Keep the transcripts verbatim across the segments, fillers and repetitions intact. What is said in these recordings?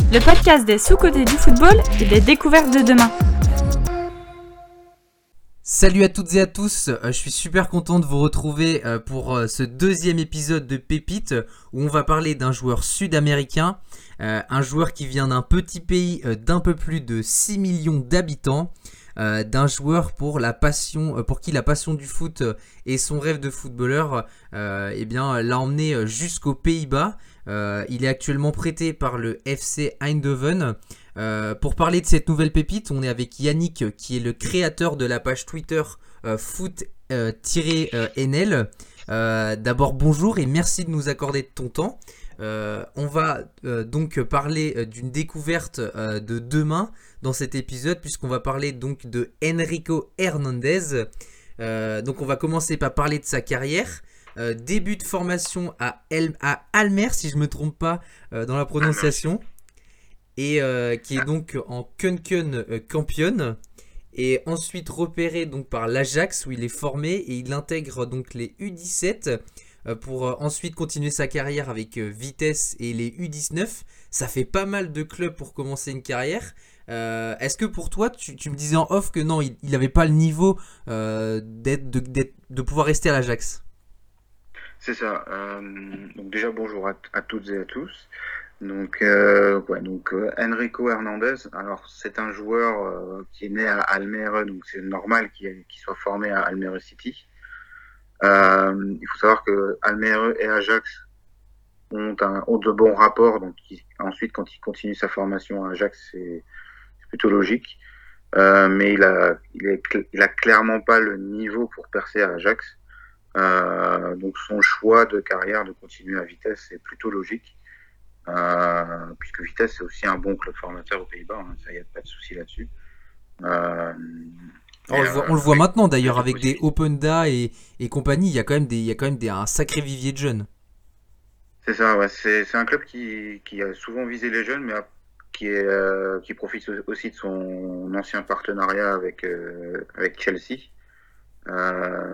le podcast des sous-côtés du football et des découvertes de demain. Salut à toutes et à tous, euh, je suis super content de vous retrouver euh, pour euh, ce deuxième épisode de Pépite où on va parler d'un joueur sud-américain, euh, un joueur qui vient d'un petit pays euh, d'un peu plus de six millions d'habitants, euh, d'un joueur pour, la passion, euh, pour qui la passion du foot euh, et son rêve de footballeur euh, eh bien, l'a emmené euh, jusqu'aux Pays-Bas. Euh, il est actuellement prêté par le F C Eindhoven. Euh, pour parler de cette nouvelle pépite, on est avec Yannick qui est le créateur de la page Twitter euh, foot-N L. Euh, D'abord bonjour et merci de nous accorder de ton temps. Euh, on va euh, donc parler euh, d'une découverte euh, de demain dans cet épisode puisqu'on va parler donc de Enrico Hernandez. Euh, donc on va commencer par parler de sa carrière. Euh, début de formation à, El- à Almer, si je ne me trompe pas euh, dans la prononciation, et euh, qui est donc en Keuken euh, Campion, et ensuite repéré donc par l'Ajax où il est formé et il intègre donc les U dix-sept euh, pour euh, ensuite continuer sa carrière avec euh, Vitesse et les U dix-neuf. Ça fait pas mal de clubs pour commencer une carrière. Euh, Est-ce que pour toi, tu, tu me disais en off que non, il n'avait pas le niveau euh, d'être, de, d'être, de pouvoir rester à l'Ajax? C'est ça. Euh, donc déjà bonjour à, à toutes et à tous. Donc, euh, ouais, donc euh, Enrico Hernandez. Alors c'est un joueur euh, qui est né à Almere, donc c'est normal qu'il, qu'il soit formé à Almere City. Euh, il faut savoir que Almere et Ajax ont, un, ont de bons rapports. Donc il, ensuite, quand il continue sa formation à Ajax, c'est, c'est plutôt logique. Euh, mais il a, il, est, il a clairement pas le niveau pour percer à Ajax. Euh, donc son choix de carrière de continuer à Vitesse est plutôt logique, euh, puisque Vitesse c'est aussi un bon club formateur aux Pays-Bas, hein, ça y a pas de souci là-dessus. Euh, Oh, on, mais, le voit, euh, on le voit avec maintenant plus d'ailleurs de avec des possibilités. Openda et, et compagnie, il y a quand même, des, il y a quand même des, un sacré vivier de jeunes. C'est ça, ouais, c'est, c'est un club qui, qui a souvent visé les jeunes, mais a- qui, est, euh, qui profite aussi de son ancien partenariat avec, euh, avec Chelsea, euh,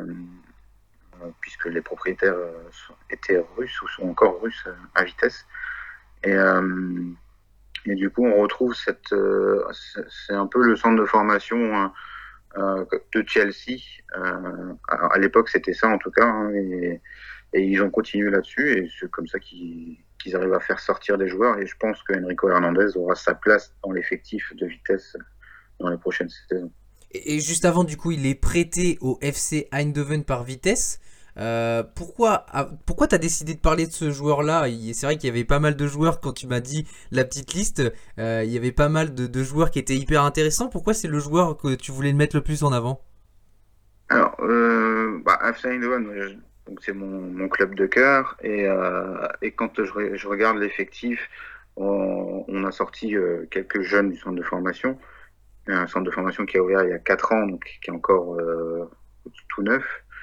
puisque les propriétaires euh, sont- étaient russes ou sont encore russes euh, à Vitesse. Et, euh, et du coup, on retrouve cette, euh, c'est c'est un peu le centre de formation euh, de Chelsea. Euh, à, à l'époque, c'était ça en tout cas, hein, et, et ils ont continué là-dessus, et c'est comme ça qu'ils, qu'ils arrivent à faire sortir des joueurs. Et je pense que Enrico Hernandez aura sa place dans l'effectif de Vitesse dans les prochaines saisons. Et, et juste avant, du coup, il est prêté au F C Eindhoven par Vitesse. Euh, pourquoi ah, pourquoi t'as décidé de parler de ce joueur-là? Il- C'est vrai qu'il y avait pas mal de joueurs quand tu m'as dit la petite liste. Euh, il y avait pas mal de, de joueurs qui étaient hyper intéressants. Pourquoi c'est le joueur que tu voulais mettre le plus en avant? Alors, euh, bah, F C Eindhoven, ouais, je- donc c'est mon, mon club de cœur, et, euh, et quand je, re- je regarde l'effectif, on, on a sorti euh, quelques jeunes du centre de formation, un centre de formation qui a ouvert il y a quatre ans, donc qui est encore euh, tout neuf.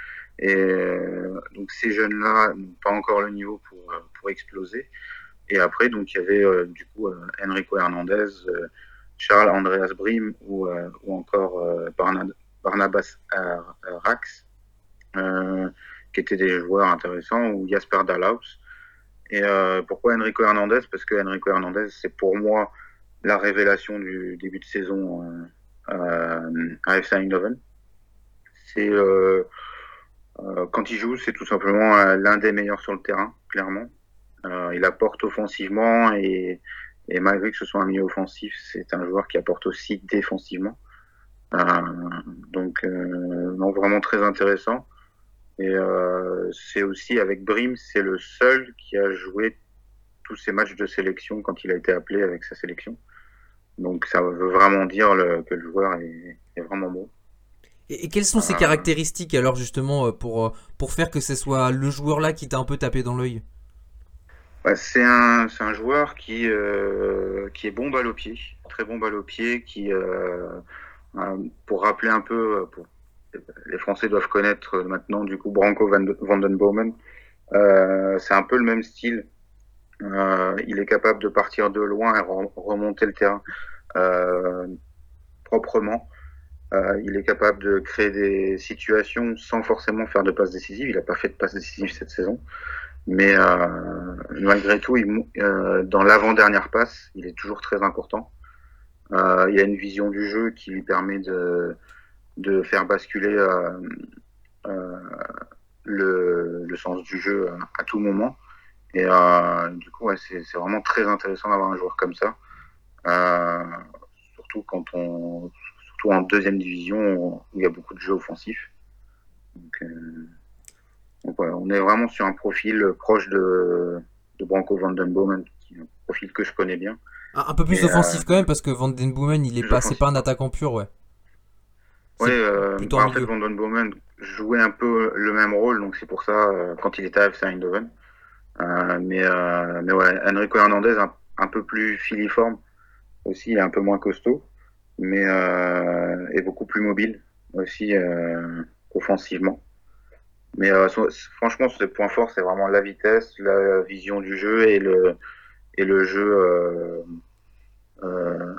Et euh, donc ces jeunes-là n'ont pas encore le niveau pour, euh, pour exploser. Et après, donc il y avait euh, du coup euh, Enrico Hernandez, euh, Charles Andreas Brim ou, euh, ou encore euh, Barna- Barnabas euh, Rax, euh, qui étaient des joueurs intéressants, ou Jasper Dallaus. Et euh, pourquoi Enrico Hernandez? Parce que Enrico Hernandez, c'est pour moi la révélation du début de saison euh, euh, à F C Eindhoven. C'est euh, euh, quand il joue, c'est tout simplement euh, l'un des meilleurs sur le terrain, clairement. Euh, il apporte offensivement, et, et malgré que ce soit un milieu offensif, c'est un joueur qui apporte aussi défensivement. Euh, donc, euh, non, vraiment très intéressant. Et euh, c'est aussi avec Brim, c'est le seul qui a joué tous ses matchs de sélection quand il a été appelé avec sa sélection. Donc ça veut vraiment dire le, que le joueur est, est vraiment bon. Et, et quelles sont ses Euh, caractéristiques alors justement euh, pour, euh, pour faire que ce soit le joueur-là qui t'a un peu tapé dans l'œil? bah, c'est un, c'est un joueur qui, euh, qui est bon balle au pied, très bon balle au pied, qui, euh, euh, pour rappeler un peu, euh, pour, les Français doivent connaître maintenant du coup Branco Van, Vandenboomen. Euh, c'est un peu le même style. Euh, il est capable de partir de loin et re- remonter le terrain euh, proprement. Euh, il est capable de créer des situations sans forcément faire de passes décisives. Il n'a pas fait de passes décisives cette saison. Mais euh, malgré tout, il, euh, dans l'avant-dernière passe, il est toujours très important. Euh, il a une vision du jeu qui lui permet de, de faire basculer euh, euh, le, le sens du jeu à, à tout moment. Et euh, du coup, ouais, c'est, c'est vraiment très intéressant d'avoir un joueur comme ça. Euh, surtout quand on, surtout en deuxième division où il y a beaucoup de jeux offensifs. Donc, euh, donc voilà, on est vraiment sur un profil proche de, de Branko Van Den Bomen, qui est un profil que je connais bien. Un, un peu plus Et euh, offensif quand même parce que Van Den Boomen il est plus pas, c'est pas offensif. un attaquant pur, ouais. Ouais, C'est euh, plutôt un bah, en fait, milieu. Van Den Bomen jouait un peu le même rôle, donc c'est pour ça euh, quand il était à F C Eindhoven. Euh, mais, euh, mais ouais, Enrico Hernandez un, un peu plus filiforme aussi, il est un peu moins costaud, mais euh, est beaucoup plus mobile aussi euh, offensivement. Mais euh, so- franchement, ses points forts, c'est vraiment la vitesse, la vision du jeu et le et le jeu, euh, euh,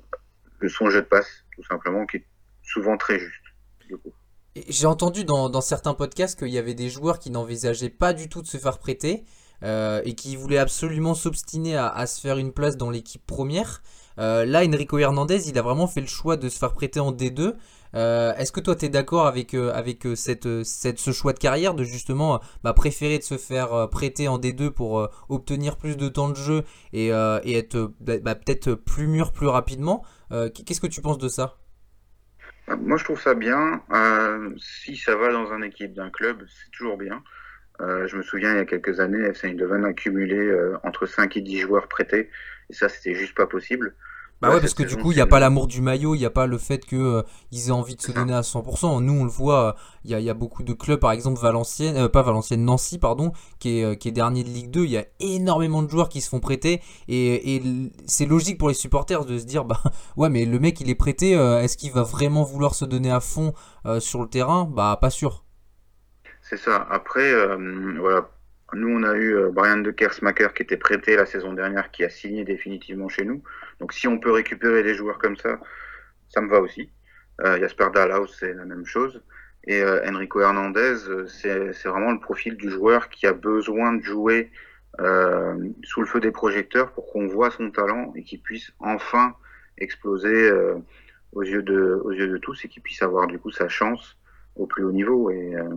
de son jeu de passe, tout simplement, qui est souvent très juste. Du coup. Et j'ai entendu dans, dans certains podcasts qu'il y avait des joueurs qui n'envisageaient pas du tout de se faire prêter euh, et qui voulaient absolument s'obstiner à, à se faire une place dans l'équipe première. Euh, là, Enrico Hernandez, il a vraiment fait le choix de se faire prêter en D deux. Euh, est-ce que toi, tu es d'accord avec, euh, avec euh, cette, euh, cette, ce choix de carrière de justement euh, bah, préférer de se faire euh, prêter en D deux pour euh, obtenir plus de temps de jeu et, euh, et être euh, bah, bah, peut-être plus mûr plus rapidement. Euh, Qu'est-ce que tu penses de ça? Moi, je trouve ça bien. Euh, si ça va dans une équipe d'un club, c'est toujours bien. Euh, je me souviens, il y a quelques années, F C Eindhoven a cumulé euh, entre cinq et dix joueurs prêtés. Et ça, c'était juste pas possible. Bah Là, ouais, parce cette que du saison, coup, il n'y c'est a pas le... l'amour du maillot, il n'y a pas le fait qu'ils euh, ils aient envie de c'est se ça. donner à cent pour cent. Nous, on le voit, euh, il y, a, il y a beaucoup de clubs, par exemple Valenciennes, euh, pas Valenciennes, Nancy, pardon, qui est, euh, qui est dernier de Ligue deux. Il y a énormément de joueurs qui se font prêter. Et, et l- c'est logique pour les supporters de se dire, bah ouais, mais le mec, il est prêté, euh, est-ce qu'il va vraiment vouloir se donner à fond euh, sur le terrain? Bah, pas sûr. C'est ça. Après, euh, voilà. Nous, on a eu euh, Brian de Kersmaker qui était prêté la saison dernière, qui a signé définitivement chez nous. Donc, si on peut récupérer des joueurs comme ça, ça me va aussi. Euh, Jasper Dahlhaus, c'est la même chose. Et euh, Enrico Hernandez, euh, c'est c'est vraiment le profil du joueur qui a besoin de jouer euh, sous le feu des projecteurs pour qu'on voit son talent et qu'il puisse enfin exploser euh, aux yeux de, aux yeux de tous et qu'il puisse avoir du coup sa chance au plus haut niveau. Et, euh,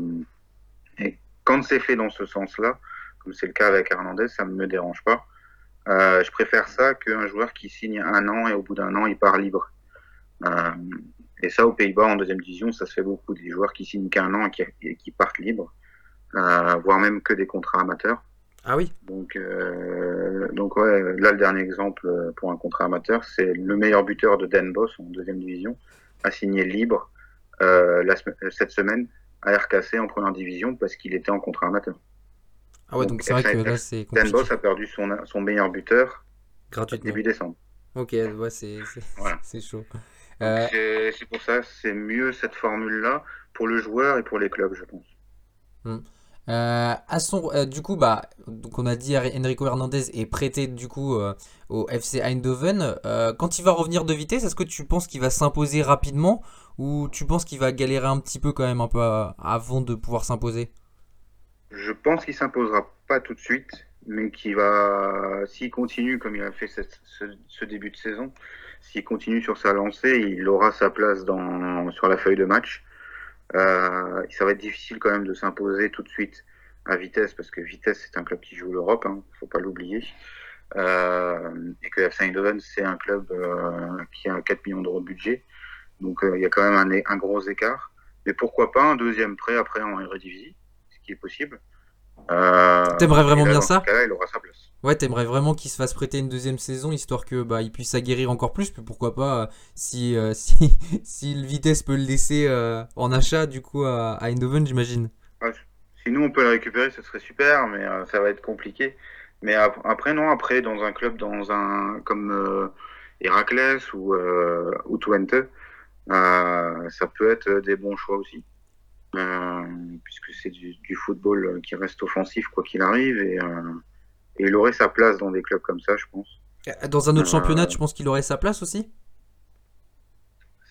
et quand c'est fait dans ce sens-là, comme c'est le cas avec Hernandez, ça ne me dérange pas. Euh, je préfère ça qu'un joueur qui signe un an et au bout d'un an, il part libre. Euh, et ça, aux Pays-Bas, en deuxième division, ça se fait beaucoup. Des joueurs qui signent qu'un an et qui, et qui partent libres, euh, voire même que des contrats amateurs. Ah oui. Donc, euh, donc ouais, là, le dernier exemple pour un contrat amateur, c'est le meilleur buteur de Den Bosch en deuxième division, a signé libre euh, la, cette semaine à R K C en première division parce qu'il était en contrat amateur. Ah ouais, donc Donc, c'est vrai que là, F C c'est Den compliqué. Bosch a perdu son, son meilleur buteur Gratuitement. début décembre. Ok, ouais, c'est c'est- Voilà. c'est chaud. Donc Euh, c'est c'est pour ça, c'est mieux cette formule-là pour le joueur et pour les clubs, je pense. Hmm. Euh, à son, euh, du coup, bah, donc on a dit Enrico Hernandez est prêté du coup euh, au F C Eindhoven. Euh, quand il va revenir de vitesse, est-ce que tu penses qu'il va s'imposer rapidement ou tu penses qu'il va galérer un petit peu quand même un peu à- avant de pouvoir s'imposer? Je pense qu'il s'imposera pas tout de suite, mais qu'il va, s'il continue comme il a fait cette- ce, ce début de saison, s'il continue sur sa lancée, il aura sa place dans, sur la feuille de match. Euh, ça va être difficile quand même de s'imposer tout de suite à Vitesse, parce que Vitesse, c'est un club qui joue l'Europe, hein, faut pas l'oublier. Euh, et que F C Eindhoven, c'est un club euh, qui a quatre millions d'euros de budget. Donc euh, il y a quand même un, un gros écart. Mais pourquoi pas un deuxième prêt après en Eredivisie, ce qui est possible. Euh, T'aimerais et vraiment là, bien dans ce ça? cas-là, il aura sa place. Ouais, t'aimerais vraiment qu'il se fasse prêter une deuxième saison histoire que bah il puisse s'aguerrir encore plus. Puis pourquoi pas euh, si euh, si si le Vitesse peut le laisser euh, en achat du coup à, à Eindhoven, j'imagine. Ouais, si nous, on peut le récupérer, ce serait super, mais euh, ça va être compliqué. Mais ap- après, non, après, dans un club dans un, comme euh, Héraclès ou, euh, ou Twente, euh, ça peut être des bons choix aussi. Euh, puisque c'est du, du football qui reste offensif quoi qu'il arrive. Et, euh, et il aurait sa place dans des clubs comme ça, je pense. Dans un autre championnat, Euh, tu penses qu'il aurait sa place aussi?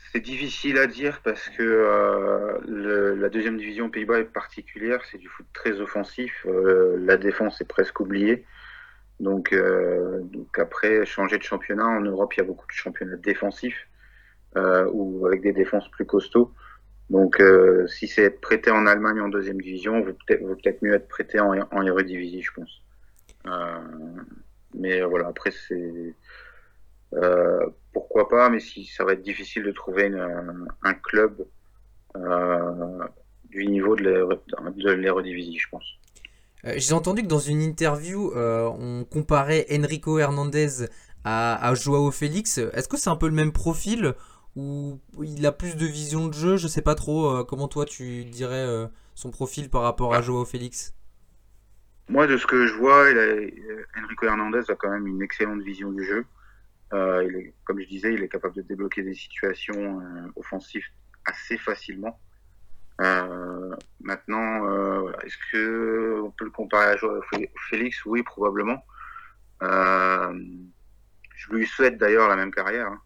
c'est difficile à dire parce que euh, le- la deuxième division aux Pays-Bas est particulière, c'est du foot très offensif, euh, la défense est presque oubliée. Donc, euh, donc après, changer de championnat, en Europe, il y a beaucoup de championnats défensifs euh, ou avec des défenses plus costauds. Donc, euh, si c'est prêté en Allemagne en deuxième division, vaut peut-être vaut peut-être mieux être prêté en, en Eredivisie, je pense. Euh, mais voilà, après, c'est euh, pourquoi pas, mais si ça va être difficile de trouver une, un, un club euh, du niveau de l'Ere- de l'Eredivisie, je pense. Euh, j'ai entendu que dans une interview, euh, on comparait Enrico Hernandez à, à Joao Félix. Est-ce que c'est un peu le même profil ou il a plus de vision de jeu? Je sais pas trop. Euh, comment toi tu dirais euh, son profil par rapport à Bah, Joao Félix? moi, de ce que je vois, il a, Enrico Hernandez a quand même une excellente vision du jeu. Euh, il est, comme je disais, il est capable de débloquer des situations euh, offensives assez facilement. Euh, maintenant, euh, voilà. Est-ce que on peut le comparer à Joao Félix? Oui, probablement. Euh, je lui souhaite d'ailleurs la même carrière. Hein.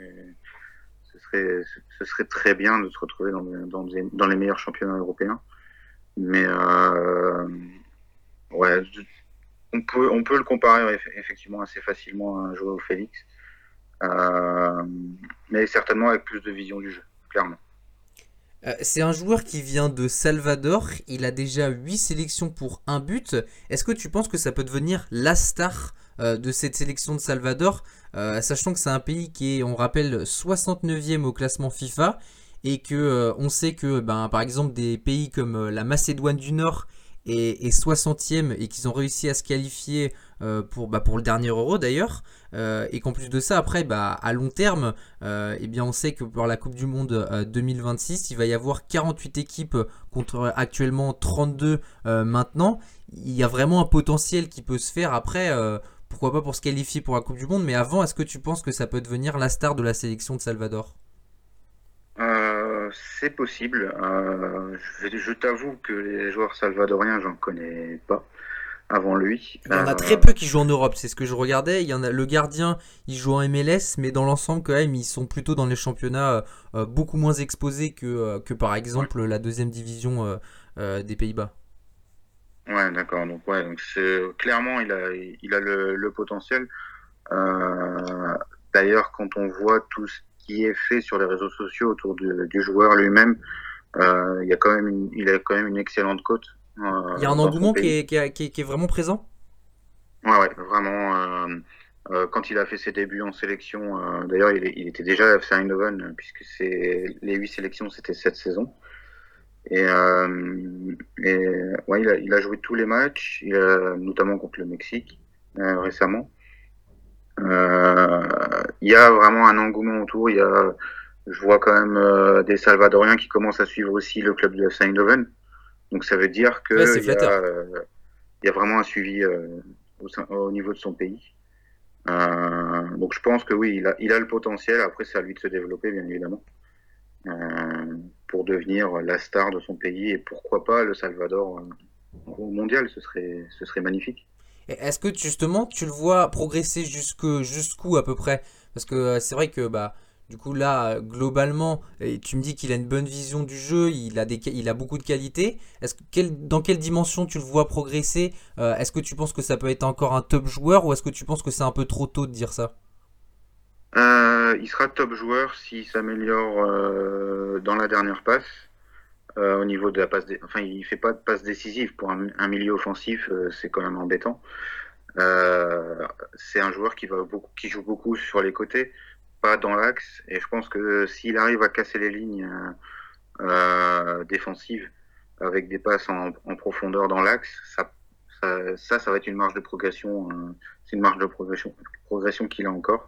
Ce serait, ce serait très bien de se retrouver dans, dans, dans les meilleurs championnats européens. Mais euh, ouais, on peut, on peut le comparer effectivement assez facilement à Joao Félix. Euh, mais certainement avec plus de vision du jeu, clairement. Euh, c'est un joueur qui vient de Salvador. Il a déjà huit sélections pour un but. Est-ce que tu penses que ça peut devenir la star euh, de cette sélection de Salvador, euh, sachant que c'est un pays qui est, on rappelle, soixante-neuvième au classement FIFA et que euh, on sait que, ben, par exemple, des pays comme euh, la Macédoine du Nord est, est soixantième et qu'ils ont réussi à se qualifier euh, pour, bah, pour le dernier Euro d'ailleurs, euh, et qu'en plus de ça, après, bah, à long terme, euh, eh bien, on sait que pour la Coupe du Monde euh, deux mille vingt-six, il va y avoir quarante-huit équipes contre actuellement trente-deux euh, maintenant. Il y a vraiment un potentiel qui peut se faire après. Euh, pourquoi pas pour se qualifier pour la Coupe du Monde, mais avant, est-ce que tu penses que ça peut devenir la star de la sélection de Salvador? Euh, c'est possible. Euh, je, je t'avoue que les joueurs salvadoriens, j'en connais pas avant lui. Il y en a très Euh, peu qui jouent en Europe, c'est ce que je regardais. Il y en a le gardien, il joue en M L S, mais dans l'ensemble quand même, ils sont plutôt dans les championnats euh, beaucoup moins exposés que, euh, que par ouais, exemple la deuxième division euh, euh, des Pays-Bas. ouais, d'accord. Donc ouais, donc c'est clairement il a, il a le, le potentiel. Euh, D'ailleurs, quand on voit tout ce qui est fait sur les réseaux sociaux autour du, du joueur lui-même, euh, il y a quand même une, il a quand même une excellente cote Il y a euh, un dans son engouement qui pays. est, qui est- qui est- qui est vraiment présent. Ouais, ouais, vraiment. Euh, euh, quand il a fait ses débuts en sélection, euh, d'ailleurs, il, est- il était déjà à F C Eindhoven, euh, puisque c'est les huit sélections, c'était cette saison. Et, euh, et ouais, il a, il a joué tous les matchs, il a- notamment contre le Mexique euh, récemment. Euh, Il y a vraiment un engouement autour. Il y a, je vois quand même euh, des Salvadoriens qui commencent à suivre aussi le club de F C Eindhoven. Donc ça veut dire Ouais, c'est qu'il y a, flatteur. euh, il y a vraiment un suivi euh, au, sein- au niveau de son pays. Euh, donc je pense que oui, il a, il a le potentiel. Après, c'est à lui de se développer, bien évidemment, euh, pour devenir la star de son pays. Et pourquoi pas le Salvador euh, au mondial, ce serait, ce serait magnifique. Et est-ce que justement tu le vois progresser jusque, jusqu'où à peu près? Parce que euh, c'est vrai que bah du coup là euh, globalement et tu me dis qu'il a une bonne vision du jeu, il a des, qua- il a beaucoup de qualités. Est-ce que quelle- dans quelle dimension tu le vois progresser? Euh, est-ce que tu penses que ça peut être encore un top joueur ou est-ce que tu penses que c'est un peu trop tôt de dire ça? Euh, il sera top joueur s'il s'améliore euh, dans la dernière passe. Euh, au niveau de la passe, dé- enfin, il fait pas de passe décisive pour un, un milieu offensif, euh, c'est quand même embêtant. Euh, c'est un joueur qui va beaucoup, qui joue beaucoup sur les côtés, pas dans l'axe. Et je pense que s'il arrive à casser les lignes euh, euh, défensives avec des passes en, en profondeur dans l'axe, ça, ça, ça, ça va être une marge de progression. Euh, c'est une marge de progression, progression qu'il a encore.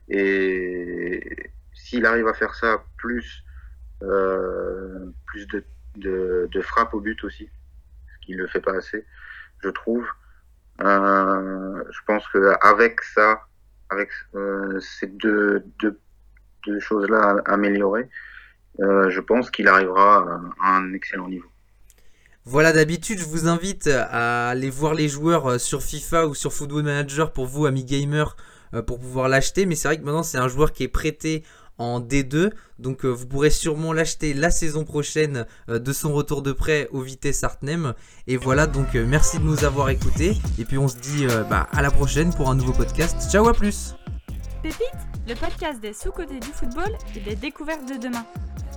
Et s'il arrive à faire ça, plus euh, plus de, de, de frappes au but aussi, ce qu'il ne le fait pas assez, je trouve. Euh, je pense que avec ça, avec euh, ces deux, deux, deux choses-là améliorées, euh, je pense qu'il arrivera à un excellent niveau. Voilà, d'habitude, je vous invite à aller voir les joueurs euh, sur FIFA ou sur Football Manager pour vous, amis gamers, euh, pour pouvoir l'acheter. Mais c'est vrai que maintenant, c'est un joueur qui est prêté en D deux. Donc euh, vous pourrez sûrement l'acheter la saison prochaine euh, de son retour de prêt au Vitesse Arnhem. Et voilà, donc euh, merci de nous avoir écoutés. Et puis on se dit euh, bah, à la prochaine pour un nouveau podcast. Ciao, à plus. Pépite, le podcast des sous-côtés du football et des découvertes de demain.